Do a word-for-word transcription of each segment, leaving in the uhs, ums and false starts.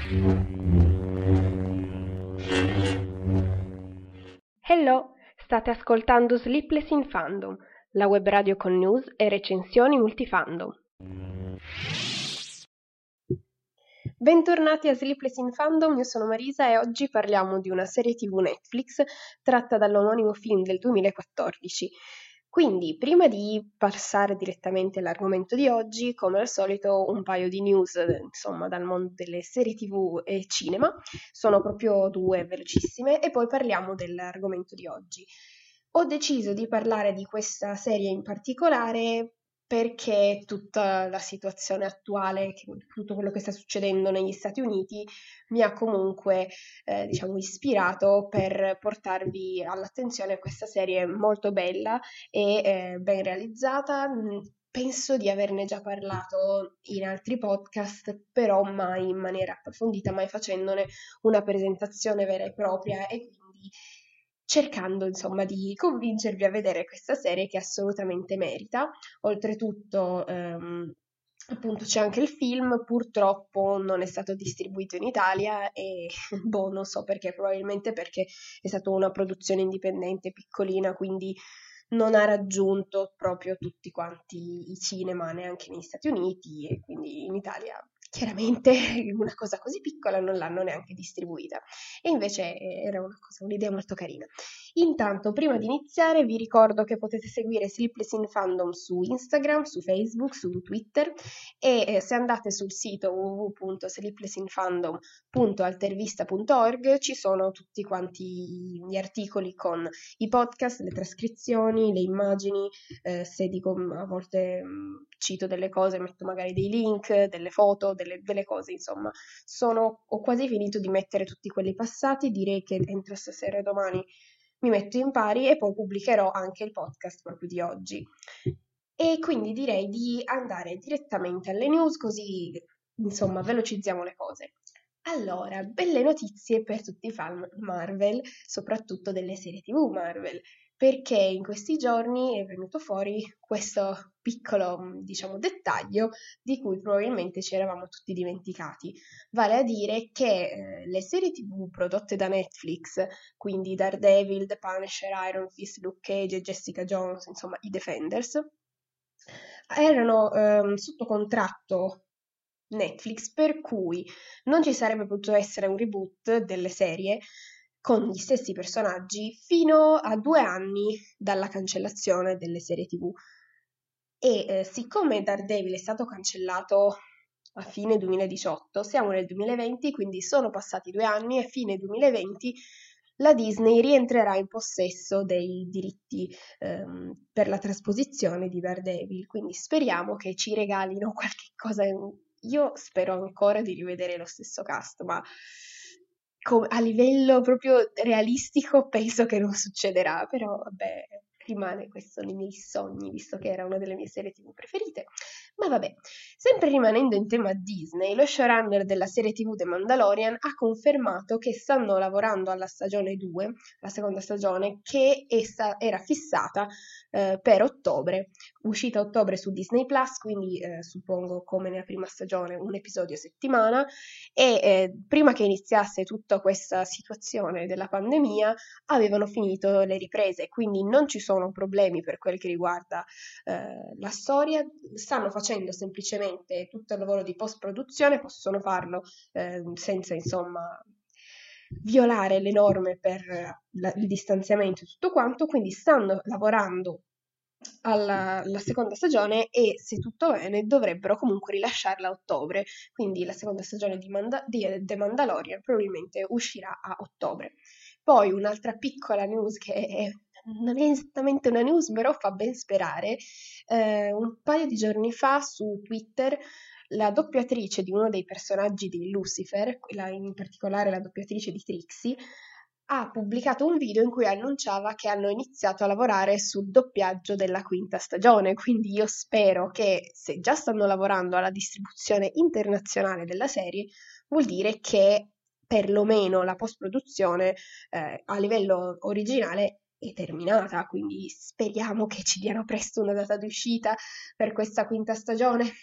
Hello, state ascoltando Sleepless in Fandom, la web radio con news e recensioni multifandom. Bentornati a Sleepless in Fandom, io sono Marisa e oggi parliamo di una serie tivù Netflix tratta dall'omonimo film del duemilaquattordici. Quindi, prima di passare direttamente all'argomento di oggi, come al solito un paio di news, insomma, dal mondo delle serie tivù e cinema. Sono proprio due velocissime e poi parliamo dell'argomento di oggi. Ho deciso di parlare di questa serie in particolare perché tutta la situazione attuale, tutto quello che sta succedendo negli Stati Uniti, mi ha comunque, eh, diciamo, ispirato per portarvi all'attenzione questa serie molto bella e eh, ben realizzata. Penso di averne già parlato in altri podcast, però mai in maniera approfondita, mai facendone una presentazione vera e propria e quindi cercando insomma di convincervi a vedere questa serie che assolutamente merita. Oltretutto ehm, appunto c'è anche il film, purtroppo non è stato distribuito in Italia e boh, non so perché, probabilmente perché è stata una produzione indipendente piccolina, quindi non ha raggiunto proprio tutti quanti i cinema, neanche negli Stati Uniti, e quindi in Italia chiaramente una cosa così piccola non l'hanno neanche distribuita. E invece era una cosa, un'idea molto carina. Intanto, prima di iniziare, vi ricordo che potete seguire Sleepless in Fandom su Instagram, su Facebook, su Twitter e eh, se andate sul sito w w w punto sleeplessinfandom punto altervista punto org ci sono tutti quanti gli articoli con i podcast, le trascrizioni, le immagini, eh, se dico a volte mh, cito delle cose, metto magari dei link, delle foto, delle, delle cose, insomma. Sono, ho quasi finito di mettere tutti quelli passati, direi che entro stasera e domani mi metto in pari e poi pubblicherò anche il podcast proprio di oggi. E quindi direi di andare direttamente alle news, così insomma velocizziamo le cose. Allora, belle notizie per tutti i fan Marvel, soprattutto delle serie tivù Marvel, perché in questi giorni è venuto fuori questo piccolo, diciamo, dettaglio di cui probabilmente ci eravamo tutti dimenticati, vale a dire che eh, le serie tivù prodotte da Netflix, quindi Daredevil, The Punisher, Iron Fist, Luke Cage e Jessica Jones, insomma i Defenders, erano ehm, sotto contratto Netflix, per cui non ci sarebbe potuto essere un reboot delle serie con gli stessi personaggi fino a due anni dalla cancellazione delle serie tivù. E eh, siccome Daredevil è stato cancellato a fine duemiladiciotto, siamo nel duemilaventi, quindi sono passati due anni e a fine duemilaventi la Disney rientrerà in possesso dei diritti ehm, per la trasposizione di Daredevil, quindi speriamo che ci regalino qualche cosa. Io spero ancora di rivedere lo stesso cast, ma a livello proprio realistico penso che non succederà, però vabbè, rimane questo nei miei sogni, visto che era una delle mie serie tivù preferite. Ma vabbè, sempre rimanendo in tema Disney, lo showrunner della serie tivù The Mandalorian ha confermato che stanno lavorando alla stagione due, la seconda stagione, che essa era fissata eh, per ottobre, uscita a ottobre su Disney Plus, quindi eh, suppongo come nella prima stagione un episodio a settimana, e eh, prima che iniziasse tutta questa situazione della pandemia avevano finito le riprese, quindi non ci sono problemi per quel che riguarda eh, la storia, stanno facendo semplicemente tutto il lavoro di post-produzione, possono farlo eh, senza insomma violare le norme per la, il distanziamento e tutto quanto, quindi stanno lavorando alla, alla seconda stagione e se tutto bene dovrebbero comunque rilasciarla a ottobre, quindi la seconda stagione di, Manda- di The Mandalorian probabilmente uscirà a ottobre. Poi un'altra piccola news che è, non è esattamente una news, però fa ben sperare, eh, un paio di giorni fa su Twitter la doppiatrice di uno dei personaggi di Lucifer, quella in particolare la doppiatrice di Trixie, ha pubblicato un video in cui annunciava che hanno iniziato a lavorare sul doppiaggio della quinta stagione, quindi io spero che se già stanno lavorando alla distribuzione internazionale della serie, vuol dire che perlomeno la post-produzione eh, a livello originale è terminata, quindi speriamo che ci diano presto una data d'uscita per questa quinta stagione.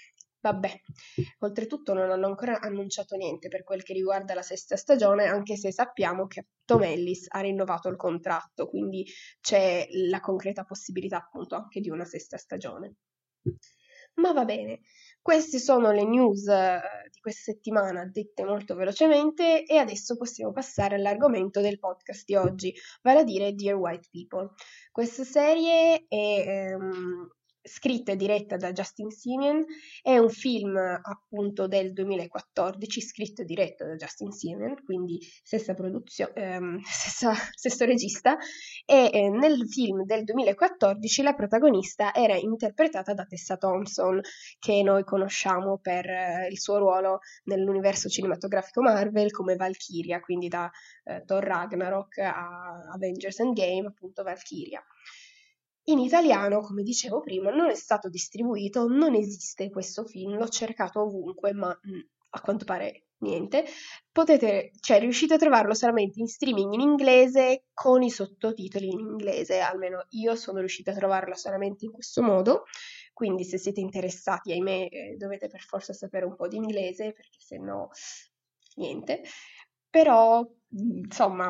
Vabbè, oltretutto non hanno ancora annunciato niente per quel che riguarda la sesta stagione, anche se sappiamo che Tom Ellis ha rinnovato il contratto, quindi c'è la concreta possibilità appunto anche di una sesta stagione. Ma va bene, queste sono le news eh, di questa settimana dette molto velocemente e adesso possiamo passare all'argomento del podcast di oggi, vale a dire Dear White People. Questa serie è ehm, scritta e diretta da Justin Simien, è un film appunto del duemilaquattordici, scritto e diretto da Justin Simien, quindi stessa produzione, ehm, stessa, stesso regista, e eh, nel film del duemilaquattordici la protagonista era interpretata da Tessa Thompson, che noi conosciamo per eh, il suo ruolo nell'universo cinematografico Marvel come Valkyria, quindi da eh, Thor Ragnarok a Avengers Endgame, appunto Valkyria. In italiano, come dicevo prima, non è stato distribuito, non esiste questo film, l'ho cercato ovunque, ma mh, a quanto pare niente. Potete, cioè, riuscite a trovarlo solamente in streaming in inglese con i sottotitoli in inglese, almeno io sono riuscita a trovarlo solamente in questo modo, quindi se siete interessati, ahimè, eh, dovete per forza sapere un po' di inglese, perché se no, niente. Però, insomma,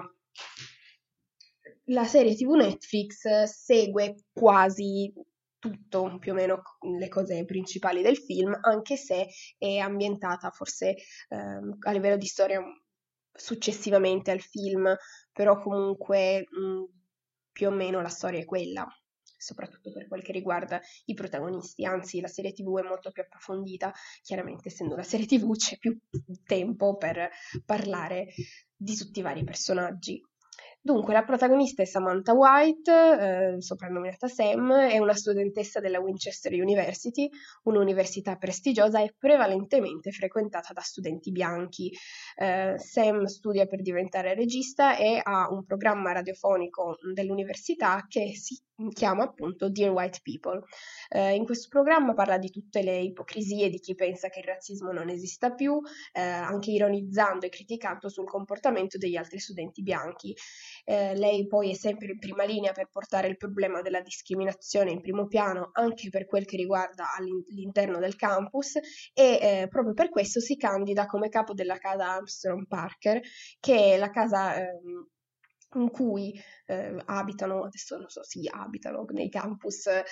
la serie tivù Netflix segue quasi tutto, più o meno le cose principali del film, anche se è ambientata forse ehm, a livello di storia successivamente al film, però comunque mh, più o meno la storia è quella, soprattutto per quel che riguarda i protagonisti, anzi la serie tivù è molto più approfondita, chiaramente essendo una serie tivù c'è più tempo per parlare di tutti i vari personaggi. Dunque, la protagonista è Samantha White, eh, soprannominata Sam, è una studentessa della Winchester University, un'università prestigiosa e prevalentemente frequentata da studenti bianchi. Eh, Sam studia per diventare regista e ha un programma radiofonico dell'università che si chiama appunto Dear White People. Eh, in questo programma parla di tutte le ipocrisie di chi pensa che il razzismo non esista più, eh, anche ironizzando e criticando sul comportamento degli altri studenti bianchi. Eh, lei poi è sempre in prima linea per portare il problema della discriminazione in primo piano anche per quel che riguarda all'interno del campus e eh, proprio per questo si candida come capo della casa Armstrong Parker, che è la casa ehm, in cui eh, abitano, adesso non so, si abitano nei campus, eh,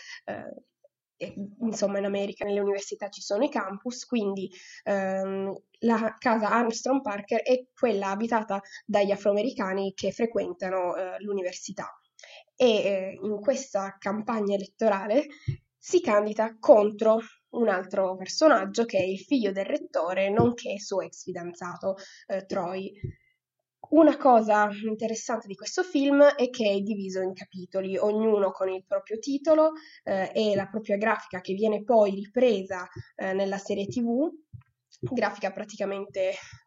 e, insomma in America nelle università ci sono i campus, quindi ehm, la casa Armstrong Parker è quella abitata dagli afroamericani che frequentano eh, l'università e eh, in questa campagna elettorale si candida contro un altro personaggio che è il figlio del rettore, nonché suo ex fidanzato eh, Troy. Una cosa interessante di questo film è che è diviso in capitoli, ognuno con il proprio titolo eh, e la propria grafica che viene poi ripresa eh, nella serie tivù, grafica praticamente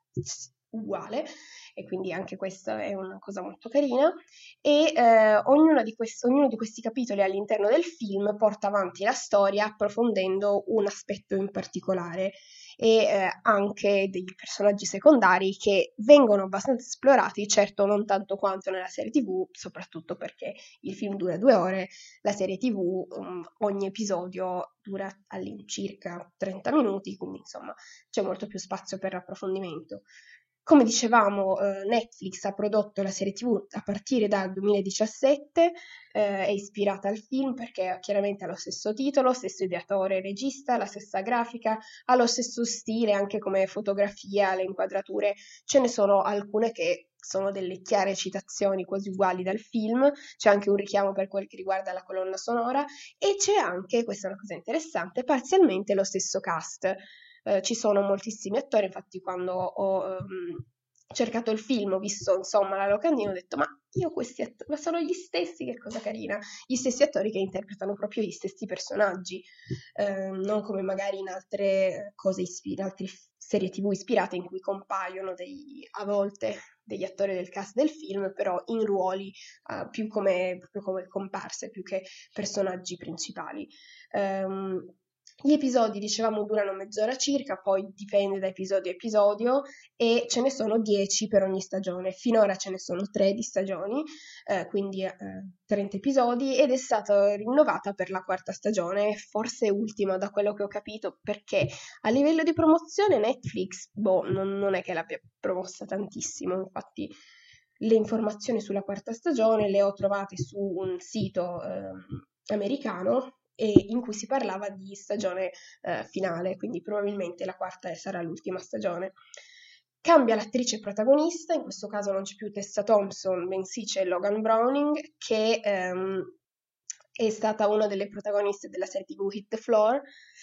uguale e quindi anche questa è una cosa molto carina e eh, ognuno, di quest- ognuno di questi capitoli all'interno del film porta avanti la storia approfondendo un aspetto in particolare e eh, anche dei personaggi secondari che vengono abbastanza esplorati, certo non tanto quanto nella serie tivù, soprattutto perché il film dura due ore, la serie tivù um, ogni episodio dura all'incirca trenta minuti, quindi insomma c'è molto più spazio per approfondimento. Come dicevamo, eh, Netflix ha prodotto la serie tivù a partire dal duemiladiciassette, eh, è ispirata al film perché chiaramente ha lo stesso titolo, stesso ideatore e regista, la stessa grafica, ha lo stesso stile anche come fotografia, le inquadrature, ce ne sono alcune che sono delle chiare citazioni quasi uguali dal film, c'è anche un richiamo per quel che riguarda la colonna sonora e c'è anche, questa è una cosa interessante, parzialmente lo stesso cast. Eh, ci sono moltissimi attori, infatti quando ho ehm, cercato il film, ho visto insomma la locandina, ho detto ma io questi attori, ma sono gli stessi, che cosa carina, gli stessi attori che interpretano proprio gli stessi personaggi, eh, non come magari in altre cose ispirate, in altre serie tivù ispirate in cui compaiono dei, a volte degli attori del cast del film, però in ruoli uh, più come, proprio come comparse, più che personaggi principali. Um, Gli episodi, dicevamo, durano mezz'ora circa, poi dipende da episodio a episodio, e ce ne sono dieci per ogni stagione. Finora ce ne sono tre di stagioni, eh, quindi eh, trenta episodi, ed è stata rinnovata per la quarta stagione, forse ultima da quello che ho capito, perché a livello di promozione Netflix, boh, non, non è che l'abbia promossa tantissimo, infatti le informazioni sulla quarta stagione le ho trovate su un sito eh, americano, e in cui si parlava di stagione eh, finale, quindi probabilmente la quarta sarà l'ultima stagione. Cambia l'attrice protagonista, in questo caso non c'è più Tessa Thompson, bensì c'è Logan Browning, che ehm, è stata una delle protagoniste della serie tivù Hit the Floor.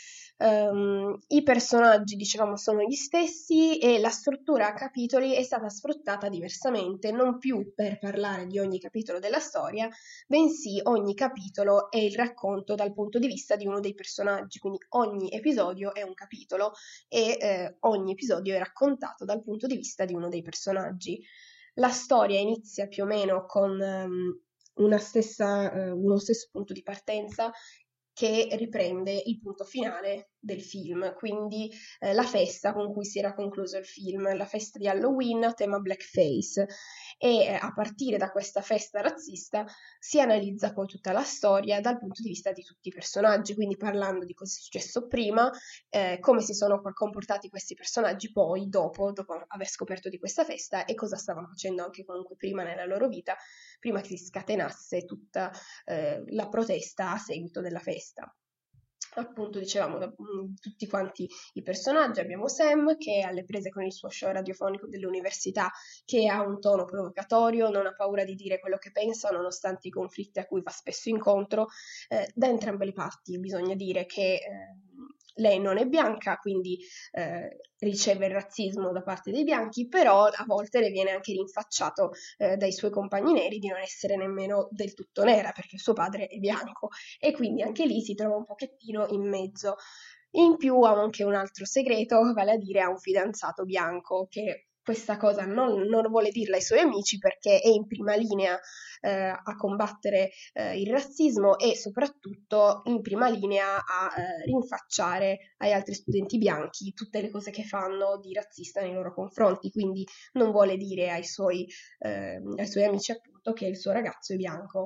Um, I personaggi, dicevamo, sono gli stessi, e la struttura a capitoli è stata sfruttata diversamente, non più per parlare di ogni capitolo della storia, bensì ogni capitolo è il racconto dal punto di vista di uno dei personaggi, quindi ogni episodio è un capitolo e eh, ogni episodio è raccontato dal punto di vista di uno dei personaggi. La storia inizia più o meno con um, una stessa, uh, uno stesso punto di partenza, che riprende il punto finale del film, quindi eh, la festa con cui si era concluso il film, la festa di Halloween a tema blackface, e eh, a partire da questa festa razzista si analizza poi tutta la storia dal punto di vista di tutti i personaggi, quindi parlando di cosa è successo prima, eh, come si sono comportati questi personaggi poi, dopo, dopo aver scoperto di questa festa, e cosa stavano facendo anche comunque prima nella loro vita, prima che si scatenasse tutta eh, la protesta a seguito della festa. Appunto, dicevamo, da, mh, tutti quanti i personaggi. Abbiamo Sam, che è alle prese con il suo show radiofonico dell'università, che ha un tono provocatorio, non ha paura di dire quello che pensa, nonostante i conflitti a cui va spesso incontro. Eh, da entrambe le parti bisogna dire che eh, lei non è bianca, quindi eh, riceve il razzismo da parte dei bianchi, però a volte le viene anche rinfacciato eh, dai suoi compagni neri di non essere nemmeno del tutto nera, perché suo padre è bianco, e quindi anche lì si trova un pochettino in mezzo. In più ha anche un altro segreto, vale a dire ha un fidanzato bianco che questa cosa non, non vuole dirla ai suoi amici, perché è in prima linea eh, a combattere eh, il razzismo, e soprattutto in prima linea a eh, rinfacciare agli altri studenti bianchi tutte le cose che fanno di razzista nei loro confronti, quindi non vuole dire ai suoi, eh, ai suoi amici appunto che il suo ragazzo è bianco.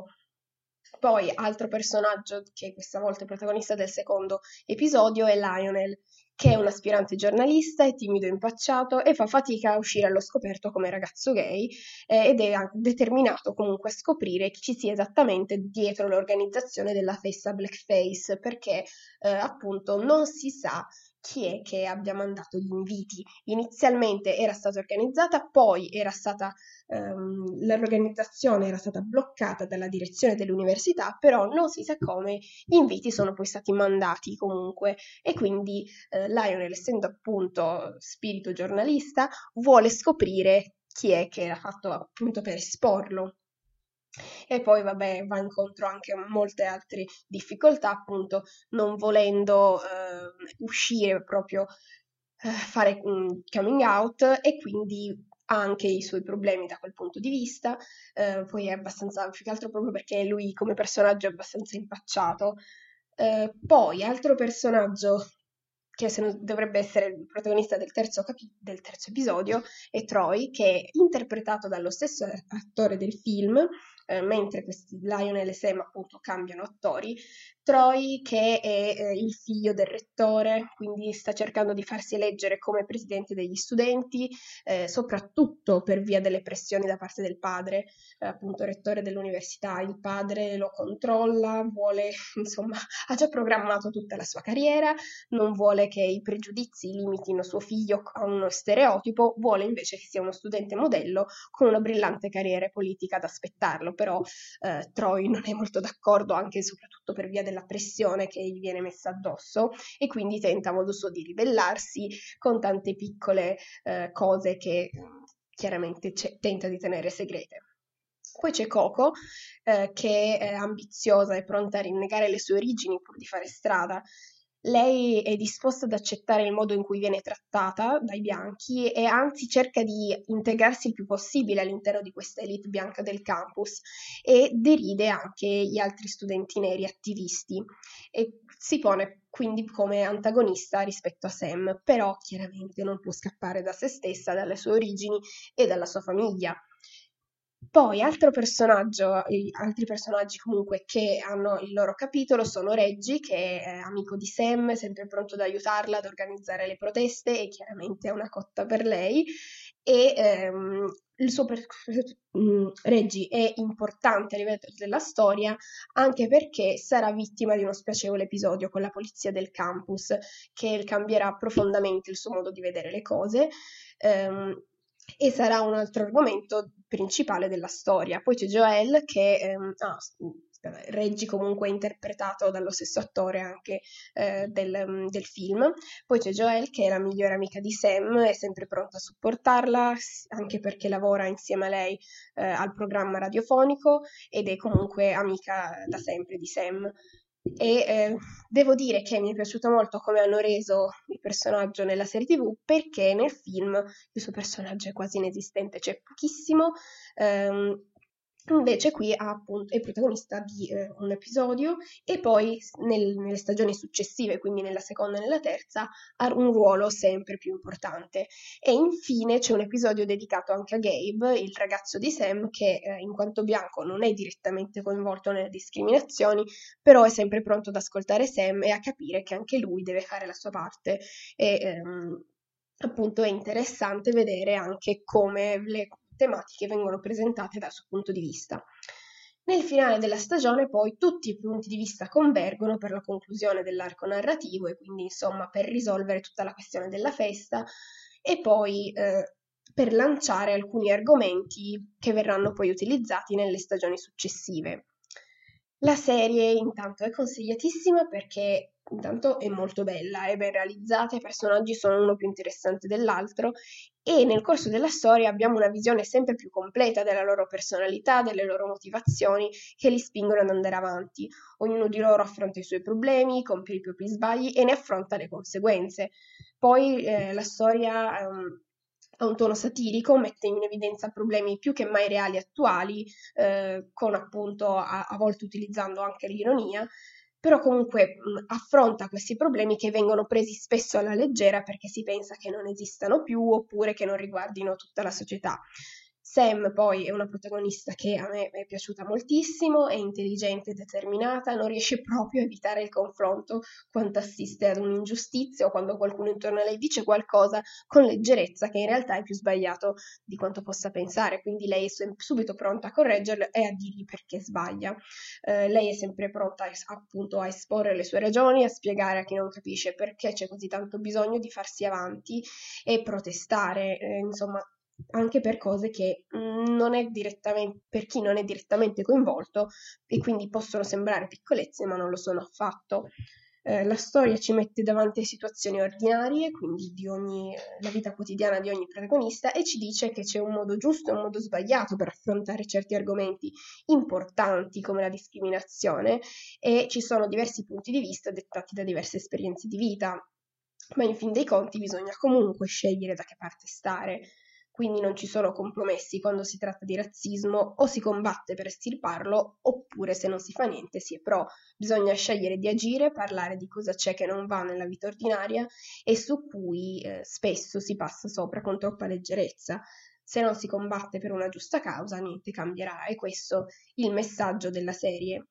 Poi, altro personaggio che questa volta è protagonista del secondo episodio è Lionel, che è un aspirante giornalista, è timido e impacciato e fa fatica a uscire allo scoperto come ragazzo gay, eh, ed è determinato comunque a scoprire chi ci sia esattamente dietro l'organizzazione della festa Blackface, perché eh, appunto non si sa chi è che abbia mandato gli inviti. Inizialmente era stata organizzata, poi era stata ehm, l'organizzazione era stata bloccata dalla direzione dell'università, però non si sa come gli inviti sono poi stati mandati comunque, e quindi eh, Lionel, essendo appunto spirito giornalista, vuole scoprire chi è che l'ha fatto appunto per esporlo. E poi, vabbè, va incontro anche a molte altre difficoltà, appunto, non volendo eh, uscire proprio, eh, fare un coming out, e quindi ha anche i suoi problemi da quel punto di vista. Eh, poi è abbastanza, più che altro proprio perché lui come personaggio è abbastanza impacciato. Eh, poi, altro personaggio che se non, dovrebbe essere il protagonista del terzo, capi- del terzo episodio, è Troy, che è interpretato dallo stesso attore del film, eh, mentre questi Lionel e Sam appunto cambiano attori. Troy, che è eh, il figlio del rettore, quindi sta cercando di farsi eleggere come presidente degli studenti, eh, soprattutto per via delle pressioni da parte del padre, eh, appunto rettore dell'università. Il padre lo controlla, vuole, insomma, ha già programmato tutta la sua carriera, non vuole che i pregiudizi limitino suo figlio a uno stereotipo, vuole invece che sia uno studente modello con una brillante carriera politica ad aspettarlo, però eh, Troy non è molto d'accordo, anche e soprattutto per via della pressione che gli viene messa addosso, e quindi tenta a modo suo di ribellarsi con tante piccole eh, cose che chiaramente tenta di tenere segrete. Poi c'è Coco, eh, che è ambiziosa e pronta a rinnegare le sue origini pur di fare strada. Lei è disposta ad accettare il modo in cui viene trattata dai bianchi, e anzi cerca di integrarsi il più possibile all'interno di questa elite bianca del campus, e deride anche gli altri studenti neri attivisti. E si pone quindi come antagonista rispetto a Sam, però chiaramente non può scappare da se stessa, dalle sue origini e dalla sua famiglia. Poi altro personaggio, i- altri personaggi comunque che hanno il loro capitolo sono Reggie, che è amico di Sam, sempre pronto ad aiutarla ad organizzare le proteste e chiaramente è una cotta per lei. E ehm, il suo per- mm, Reggie è importante a livello della storia anche perché sarà vittima di uno spiacevole episodio con la polizia del campus che cambierà profondamente il suo modo di vedere le cose. Ehm, e sarà un altro argomento principale della storia. Poi c'è Joel che, ehm, ah, s- aspetta, Reggie comunque è interpretato dallo stesso attore anche eh, del, mm, del film. Poi c'è Joel che è la migliore amica di Sam, è sempre pronta a supportarla, s- anche perché lavora insieme a lei eh, al programma radiofonico ed è comunque amica da sempre di Sam. E eh, devo dire che mi è piaciuto molto come hanno reso il personaggio nella serie T V perché nel film il suo personaggio è quasi inesistente, c'è pochissimo. ehm, Invece qui ha appunto, è protagonista di eh, un episodio e poi s- nel- nelle stagioni successive, quindi nella seconda e nella terza, ha un ruolo sempre più importante. E infine c'è un episodio dedicato anche a Gabe, il ragazzo di Sam, che eh, in quanto bianco non è direttamente coinvolto nelle discriminazioni, però è sempre pronto ad ascoltare Sam e a capire che anche lui deve fare la sua parte. E ehm, appunto è interessante vedere anche come le tematiche vengono presentate dal suo punto di vista. Nel finale della stagione poi tutti i punti di vista convergono per la conclusione dell'arco narrativo e quindi insomma per risolvere tutta la questione della festa e poi eh, per lanciare alcuni argomenti che verranno poi utilizzati nelle stagioni successive. La serie intanto è consigliatissima perché intanto è molto bella, è ben realizzata, i personaggi sono uno più interessante dell'altro e nel corso della storia abbiamo una visione sempre più completa della loro personalità, delle loro motivazioni che li spingono ad andare avanti. Ognuno di loro affronta i suoi problemi, compie i propri sbagli e ne affronta le conseguenze. Poi eh, la storia ehm, ha un tono satirico, mette in evidenza problemi più che mai reali e attuali, eh, con appunto a, a volte utilizzando anche l'ironia, però comunque mh, affronta questi problemi che vengono presi spesso alla leggera perché si pensa che non esistano più oppure che non riguardino tutta la società. Sam poi è una protagonista che a me è piaciuta moltissimo, è intelligente e determinata, non riesce proprio a evitare il confronto quando assiste ad un'ingiustizia o quando qualcuno intorno a lei dice qualcosa con leggerezza che in realtà è più sbagliato di quanto possa pensare, quindi lei è sem- subito pronta a correggerlo e a dirgli perché sbaglia. Eh, lei è sempre pronta a es- appunto a esporre le sue ragioni, a spiegare a chi non capisce perché c'è così tanto bisogno di farsi avanti e protestare, eh, insomma, anche per cose che mh, non è direttamente, per chi non è direttamente coinvolto e quindi possono sembrare piccolezze, ma non lo sono affatto. Eh, la storia ci mette davanti a situazioni ordinarie, quindi di ogni, la vita quotidiana di ogni protagonista, e ci dice che c'è un modo giusto e un modo sbagliato per affrontare certi argomenti importanti come la discriminazione e ci sono diversi punti di vista dettati da diverse esperienze di vita, ma in fin dei conti bisogna comunque scegliere da che parte stare. Quindi non ci sono compromessi quando si tratta di razzismo, o si combatte per estirparlo, oppure se non si fa niente si è pro. Bisogna scegliere di agire, parlare di cosa c'è che non va nella vita ordinaria e su cui eh, spesso si passa sopra con troppa leggerezza. Se non si combatte per una giusta causa, niente cambierà. E questo è il messaggio della serie.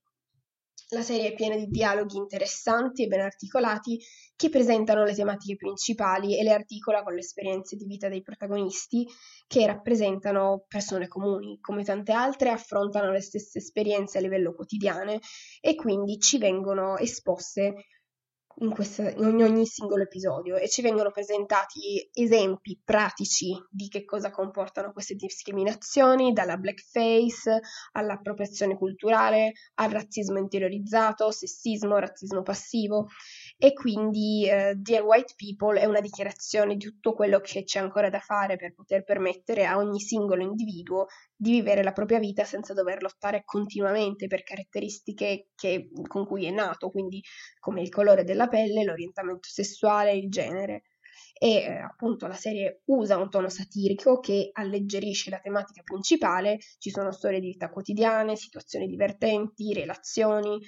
La serie è piena di dialoghi interessanti e ben articolati che presentano le tematiche principali e le articola con le esperienze di vita dei protagonisti che rappresentano persone comuni, come tante altre affrontano le stesse esperienze a livello quotidiano e quindi ci vengono esposte in, questa- in ogni, ogni singolo episodio e ci vengono presentati esempi pratici di che cosa comportano queste discriminazioni, dalla blackface all'appropriazione culturale, al razzismo interiorizzato, sessismo, razzismo passivo e quindi eh, Dear White People è una dichiarazione di tutto quello che c'è ancora da fare per poter permettere a ogni singolo individuo di vivere la propria vita senza dover lottare continuamente per caratteristiche che- con cui è nato, quindi come il colore della pelle, l'orientamento sessuale, il genere. E eh, appunto la serie usa un tono satirico che alleggerisce la tematica principale, ci sono storie di vita quotidiane, situazioni divertenti, relazioni,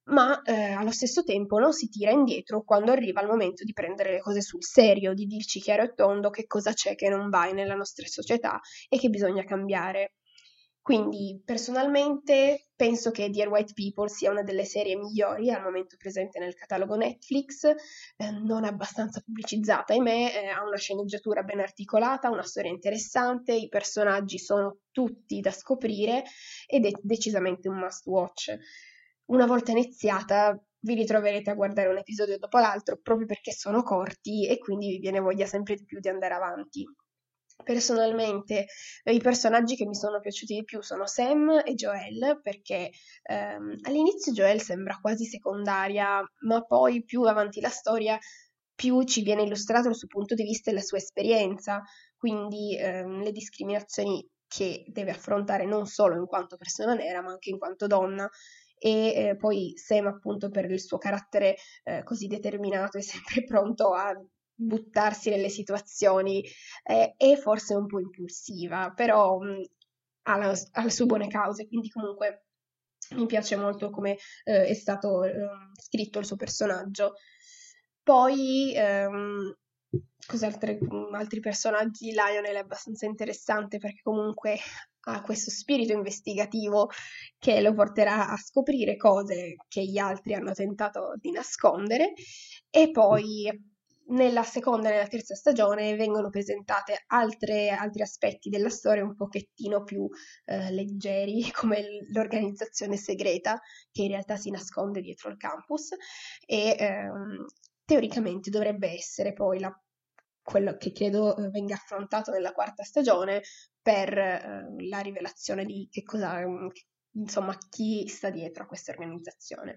ma eh, allo stesso tempo non si tira indietro quando arriva il momento di prendere le cose sul serio, di dirci chiaro e tondo che cosa c'è che non va nella nostra società e che bisogna cambiare. Quindi personalmente penso che Dear White People sia una delle serie migliori al momento presente nel catalogo Netflix, eh, non abbastanza pubblicizzata, ahimè, eh, ha una sceneggiatura ben articolata, una storia interessante, i personaggi sono tutti da scoprire ed è decisamente un must watch. Una volta iniziata vi ritroverete a guardare un episodio dopo l'altro proprio perché sono corti e quindi vi viene voglia sempre di più di andare avanti. Personalmente, eh, i personaggi che mi sono piaciuti di più sono Sam e Joel, perché ehm, all'inizio Joel sembra quasi secondaria, ma poi più avanti la storia, più ci viene illustrato il suo punto di vista e la sua esperienza, quindi ehm, le discriminazioni che deve affrontare non solo in quanto persona nera, ma anche in quanto donna. E eh, poi Sam, appunto, per il suo carattere eh, così determinato, è sempre pronto a buttarsi nelle situazioni, eh, è forse un po' impulsiva, però mh, ha, la- ha le sue buone cause, quindi comunque mi piace molto come eh, è stato eh, scritto il suo personaggio. Poi, ehm, cos'altri altri personaggi? Lionel è abbastanza interessante perché comunque ha questo spirito investigativo che lo porterà a scoprire cose che gli altri hanno tentato di nascondere. E poi nella seconda e nella terza stagione vengono presentate altre, altri aspetti della storia un pochettino più eh, leggeri, come l'organizzazione segreta che in realtà si nasconde dietro il campus e ehm, teoricamente dovrebbe essere poi la, quello che credo eh, venga affrontato nella quarta stagione per eh, la rivelazione di che cosa, insomma, chi sta dietro a questa organizzazione.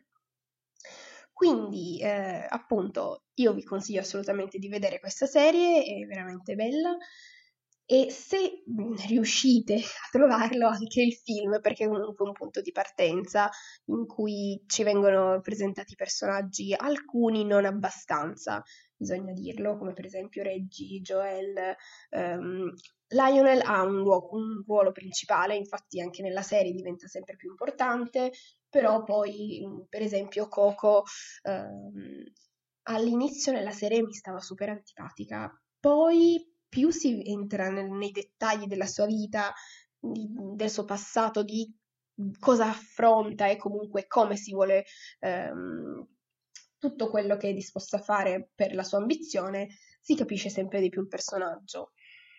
Quindi, eh, appunto, io vi consiglio assolutamente di vedere questa serie, è veramente bella. E se mh, riuscite a trovarlo anche il film, perché è comunque un punto di partenza in cui ci vengono presentati personaggi, alcuni non abbastanza, bisogna dirlo, come per esempio Reggie, Joel. ehm, Lionel ha un, luogo- un ruolo principale, infatti anche nella serie diventa sempre più importante, però poi, mh, per esempio, Coco ehm, all'inizio nella serie mi stava super antipatica, poi più si entra nel- nei dettagli della sua vita, di- del suo passato, di cosa affronta e comunque come si vuole, ehm, tutto quello che è disposto a fare per la sua ambizione, si capisce sempre di più il personaggio.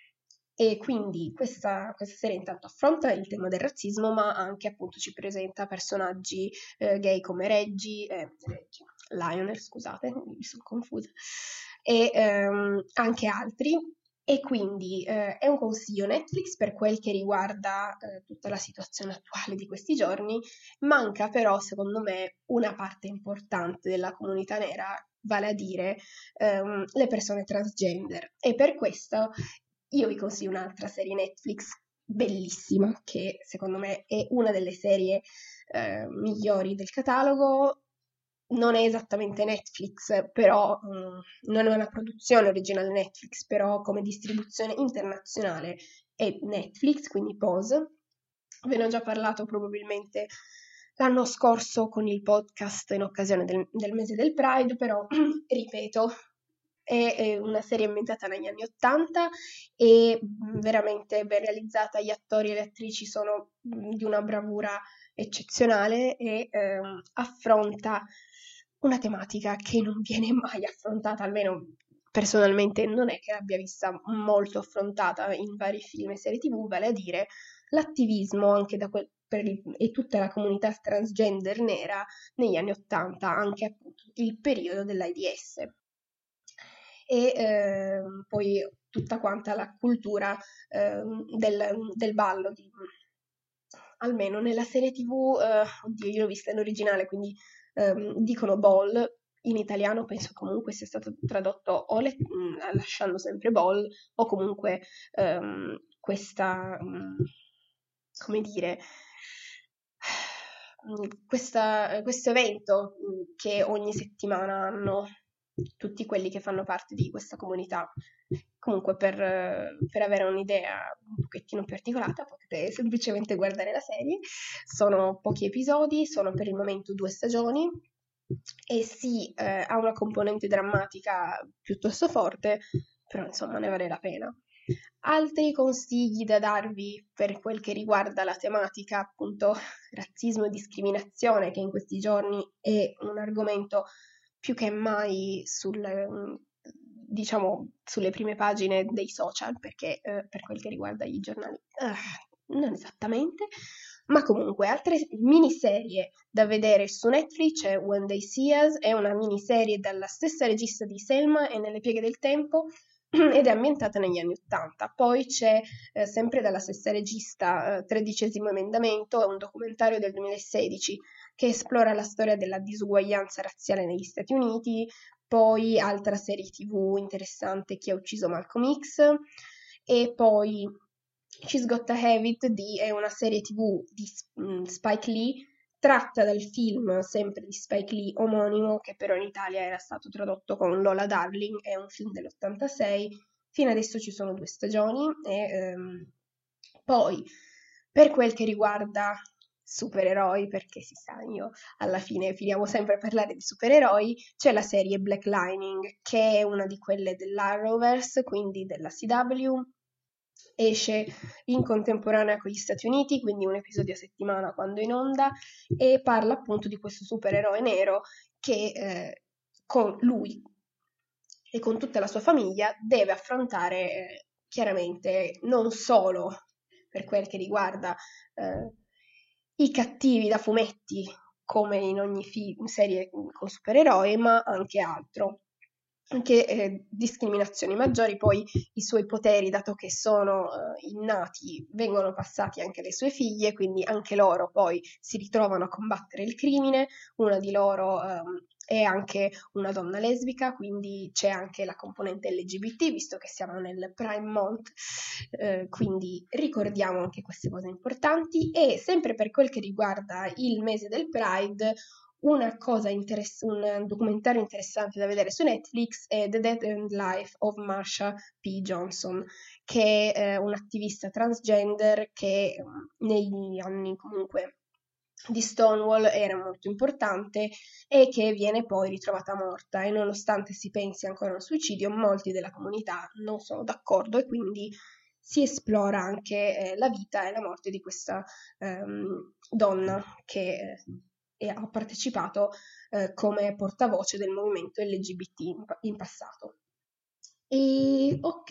E quindi questa, questa serie intanto affronta il tema del razzismo, ma anche appunto ci presenta personaggi eh, gay come Reggie, eh, Reggie, Lionel, scusate, mi sono confusa, e ehm, anche altri. E quindi eh, è un consiglio Netflix per quel che riguarda eh, tutta la situazione attuale di questi giorni. Manca però, secondo me, una parte importante della comunità nera, vale a dire ehm, le persone transgender. E per questo io vi consiglio un'altra serie Netflix bellissima, che secondo me è una delle serie eh, migliori del catalogo. Non è esattamente Netflix, però mm, non è una produzione originale Netflix, però come distribuzione internazionale è Netflix, quindi Pose. Ve ne ho già parlato probabilmente l'anno scorso con il podcast in occasione del, del mese del Pride, però ripeto, è, è una serie ambientata negli anni Ottanta e mh, veramente ben realizzata, gli attori e le attrici sono mh, di una bravura eccezionale e ehm, affronta una tematica che non viene mai affrontata, almeno personalmente non è che l'abbia vista molto affrontata in vari film e serie T V, vale a dire l'attivismo anche da quel, per il, e tutta la comunità transgender nera negli anni Ottanta, anche appunto il periodo dell'AIDS. E ehm, poi tutta quanta la cultura ehm, del, del ballo, di, almeno nella serie T V, eh, oddio, io l'ho vista in originale, quindi ehm, dicono ball, in italiano penso comunque sia stato tradotto o le- mh, lasciando sempre ball, o comunque ehm, questa, mh, come dire, mh, questa- questo evento mh, che ogni settimana hanno tutti quelli che fanno parte di questa comunità. Comunque per, eh, per avere un'idea un pochettino più articolata potete semplicemente guardare la serie. Sono pochi episodi, sono per il momento due stagioni e sì, eh, ha una componente drammatica piuttosto forte, però insomma ne vale la pena. Altri consigli da darvi per quel che riguarda la tematica, appunto, razzismo e discriminazione, che in questi giorni è un argomento più che mai sul, diciamo, sulle prime pagine dei social, perché eh, per quel che riguarda i giornali, eh, non esattamente, ma comunque altre miniserie da vedere su Netflix c'è When They See Us, è una miniserie dalla stessa regista di Selma e Nelle pieghe del tempo, ed è ambientata negli anni Ottanta. Poi c'è eh, sempre dalla stessa regista eh, Tredicesimo emendamento, è un documentario del duemilasedici che esplora la storia della disuguaglianza razziale negli Stati Uniti. Poi altra serie tv interessante, Chi ha ucciso Malcolm X, e poi She's Got to Have It, di, è una serie tv di um, Spike Lee, tratta dal film sempre di Spike Lee omonimo, che però in Italia era stato tradotto con Lola Darling, è un film dell'ottantasei, fino adesso ci sono due stagioni, e um, poi per quel che riguarda supereroi, perché si sa, io alla fine finiamo sempre a parlare di supereroi, c'è la serie Black Lightning, che è una di quelle dell'Arrowverse, quindi della C W, esce in contemporanea con gli Stati Uniti, quindi un episodio a settimana quando in onda, e parla appunto di questo supereroe nero che eh, con lui e con tutta la sua famiglia deve affrontare eh, chiaramente non solo per quel che riguarda eh, i cattivi da fumetti, come in ogni film, serie con supereroi, ma anche altro. Anche eh, discriminazioni maggiori, poi i suoi poteri, dato che sono eh, innati, vengono passati anche alle sue figlie, quindi anche loro poi si ritrovano a combattere il crimine. Una di loro ehm, è anche una donna lesbica, quindi c'è anche la componente L G B T, visto che siamo nel Prime Month, eh, quindi ricordiamo anche queste cose importanti. E sempre per quel che riguarda il mese del Pride, una cosa interess- un documentario interessante da vedere su Netflix è The Dead End Life of Marsha P. Johnson, che è un attivista transgender che negli anni comunque di Stonewall era molto importante e che viene poi ritrovata morta, e nonostante si pensi ancora a un suicidio, molti della comunità non sono d'accordo, e quindi si esplora anche eh, la vita e la morte di questa ehm, donna che e ha partecipato eh, come portavoce del movimento L G B T in, in passato. E ok,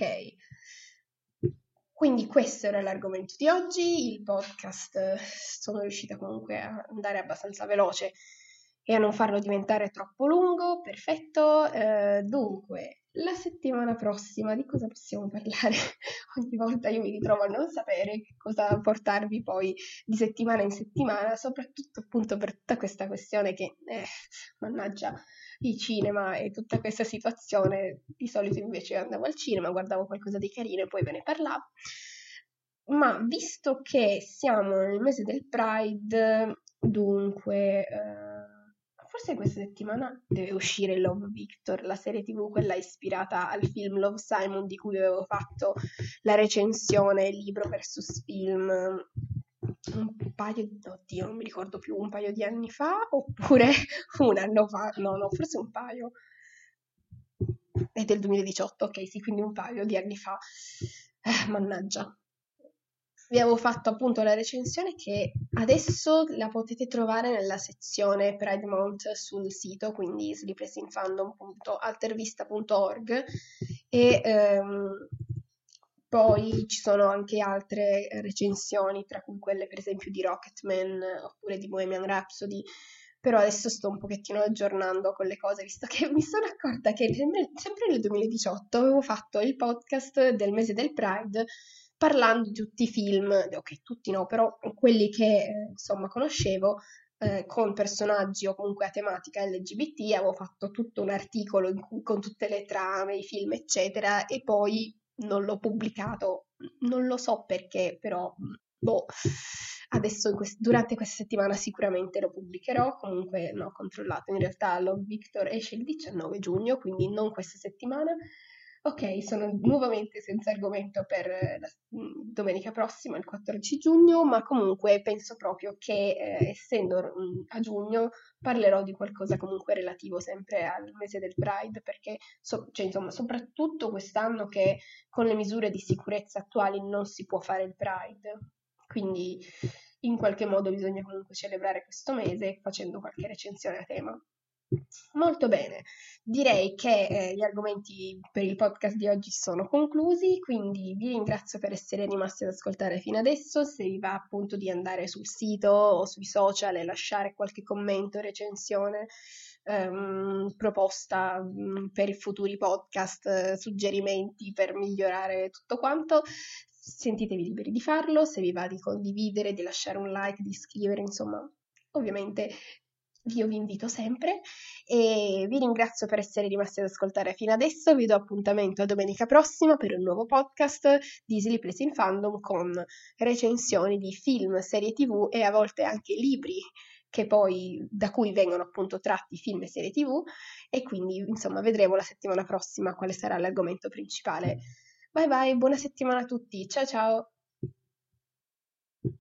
quindi questo era l'argomento di oggi. Il podcast sono riuscita comunque a andare abbastanza veloce e a non farlo diventare troppo lungo. Perfetto. Eh, dunque, la settimana prossima di cosa possiamo parlare? Ogni volta io mi ritrovo a non sapere che cosa portarvi poi di settimana in settimana, soprattutto appunto per tutta questa questione che, eh, mannaggia, il cinema e tutta questa situazione. Di solito invece andavo al cinema, guardavo qualcosa di carino e poi ve ne parlavo. Ma visto che siamo nel mese del Pride, dunque, eh, forse questa settimana deve uscire Love Victor, la serie tv, quella ispirata al film Love Simon, di cui avevo fatto la recensione, libro versus film, un paio di, oddio, non mi ricordo più, un paio di anni fa, oppure un anno fa, no, no, forse un paio. È del duemiladiciotto, ok, sì, quindi un paio di anni fa. Eh, mannaggia. Vi avevo fatto appunto la recensione, che adesso la potete trovare nella sezione Pride Month sul sito, quindi sleeplessinfandom punto altervista punto org, e ehm, poi ci sono anche altre recensioni, tra cui quelle per esempio di Rocketman oppure di Bohemian Rhapsody, però adesso sto un pochettino aggiornando con le cose, visto che mi sono accorta che sempre, sempre nel duemiladiciotto avevo fatto il podcast del mese del Pride parlando di tutti i film, ok, tutti no, però quelli che eh, insomma conoscevo, eh, con personaggi o comunque a tematica L G B T. Avevo fatto tutto un articolo in cui, con tutte le trame, i film, eccetera, e poi non l'ho pubblicato, non lo so perché, però boh, adesso in quest- durante questa settimana sicuramente lo pubblicherò. Comunque no, ho controllato, in realtà Love Victor esce il diciannove giugno, quindi non questa settimana. Ok, sono nuovamente senza argomento per la mm, domenica prossima, il quattordici giugno, ma comunque penso proprio che eh, essendo mm, a giugno parlerò di qualcosa comunque relativo sempre al mese del Pride, perché so- cioè, insomma, soprattutto quest'anno che con le misure di sicurezza attuali non si può fare il Pride, quindi in qualche modo bisogna comunque celebrare questo mese facendo qualche recensione a tema. Molto bene, direi che eh, gli argomenti per il podcast di oggi sono conclusi, quindi vi ringrazio per essere rimasti ad ascoltare fino adesso. Se vi va appunto di andare sul sito o sui social e lasciare qualche commento, recensione, ehm, proposta mh, per i futuri podcast, eh, suggerimenti per migliorare tutto quanto, sentitevi liberi di farlo. Se vi va di condividere, di lasciare un like, di iscrivere, insomma, ovviamente io vi invito sempre e vi ringrazio per essere rimasti ad ascoltare fino adesso. Vi do appuntamento a domenica prossima per un nuovo podcast di Sleepless in Fandom con recensioni di film, serie tv e a volte anche libri che poi da cui vengono appunto tratti film e serie tv, e quindi insomma vedremo la settimana prossima quale sarà l'argomento principale. Bye bye, buona settimana a tutti, ciao ciao!